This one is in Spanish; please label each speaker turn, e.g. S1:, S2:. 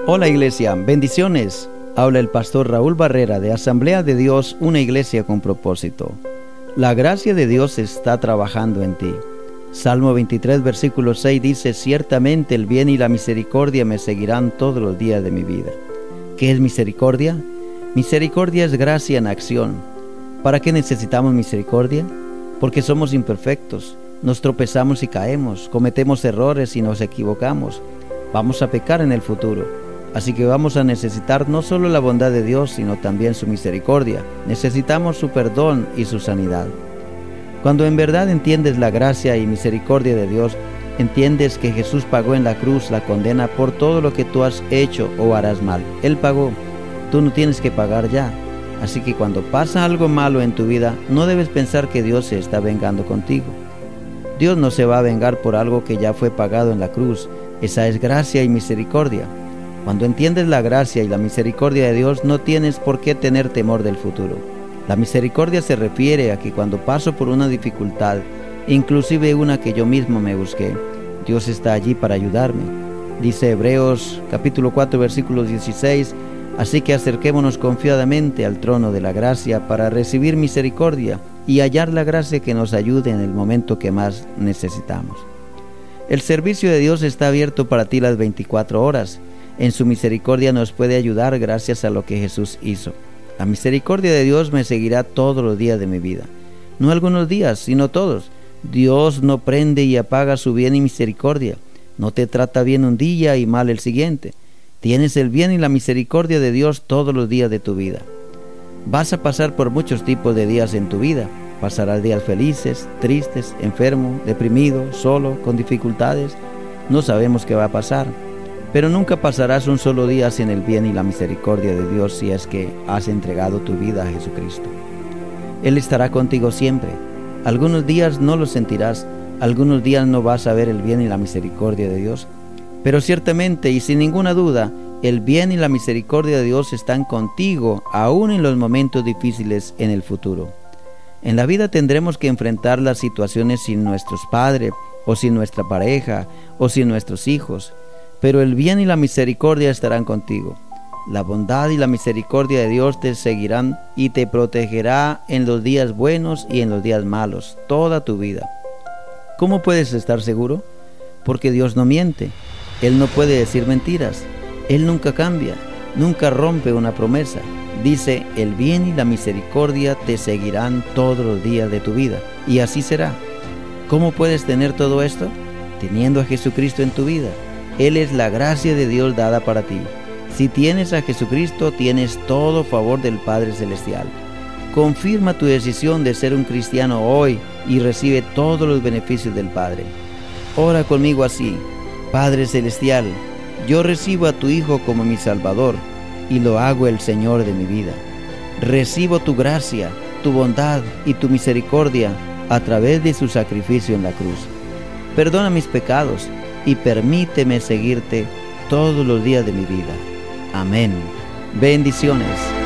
S1: Hola iglesia, bendiciones. Habla el pastor Raúl Barrera de Asamblea de Dios, una iglesia con propósito. La gracia de Dios está trabajando en ti. Salmo 23, versículo 6 dice: ciertamente el bien y la misericordia me seguirán todos los días de mi vida. ¿Qué es misericordia? Misericordia es gracia en acción. ¿Para qué necesitamos misericordia? Porque somos imperfectos, nos tropezamos y caemos, cometemos errores y nos equivocamos. Vamos a pecar en el futuro. Así que vamos a necesitar no solo la bondad de Dios, sino también su misericordia. Necesitamos su perdón y su sanidad. Cuando en verdad entiendes la gracia y misericordia de Dios, entiendes que Jesús pagó en la cruz la condena por todo lo que tú has hecho o harás mal. Él pagó. Tú no tienes que pagar ya. Así que cuando pasa algo malo en tu vida, no debes pensar que Dios se está vengando contigo. Dios no se va a vengar por algo que ya fue pagado en la cruz. Esa es gracia y misericordia. Cuando entiendes la gracia y la misericordia de Dios, no tienes por qué tener temor del futuro. La misericordia se refiere a que cuando paso por una dificultad, inclusive una que yo mismo me busqué, Dios está allí para ayudarme. Dice Hebreos capítulo 4 versículo 16: así que acerquémonos confiadamente al trono de la gracia para recibir misericordia y hallar la gracia que nos ayude en el momento que más necesitamos. El servicio de Dios está abierto para ti las 24 horas. En su misericordia nos puede ayudar gracias a lo que Jesús hizo. La misericordia de Dios me seguirá todos los días de mi vida. No algunos días, sino todos. Dios no prende y apaga su bien y misericordia. No te trata bien un día y mal el siguiente. Tienes el bien y la misericordia de Dios todos los días de tu vida. Vas a pasar por muchos tipos de días en tu vida. Pasarás días felices, tristes, enfermo, deprimido, solo, con dificultades. No sabemos qué va a pasar. Pero nunca pasarás un solo día sin el bien y la misericordia de Dios si es que has entregado tu vida a Jesucristo. Él estará contigo siempre. Algunos días no lo sentirás, algunos días no vas a ver el bien y la misericordia de Dios. Pero ciertamente y sin ninguna duda, el bien y la misericordia de Dios están contigo aún en los momentos difíciles en el futuro. En la vida tendremos que enfrentar las situaciones sin nuestros padres, o sin nuestra pareja, o sin nuestros hijos. Pero el bien y la misericordia estarán contigo. La bondad y la misericordia de Dios te seguirán y te protegerá en los días buenos y en los días malos, toda tu vida. ¿Cómo puedes estar seguro? Porque Dios no miente. Él no puede decir mentiras. Él nunca cambia, nunca rompe una promesa. Dice: el bien y la misericordia te seguirán todos los días de tu vida. Y así será. ¿Cómo puedes tener todo esto? Teniendo a Jesucristo en tu vida. Él es la gracia de Dios dada para ti. Si tienes a Jesucristo, tienes todo favor del Padre Celestial. Confirma tu decisión de ser un cristiano hoy y recibe todos los beneficios del Padre. Ora conmigo así: Padre Celestial, yo recibo a tu Hijo como mi Salvador y lo hago el Señor de mi vida. Recibo tu gracia, tu bondad y tu misericordia a través de su sacrificio en la cruz. Perdona mis pecados y permíteme seguirte todos los días de mi vida. Amén. Bendiciones.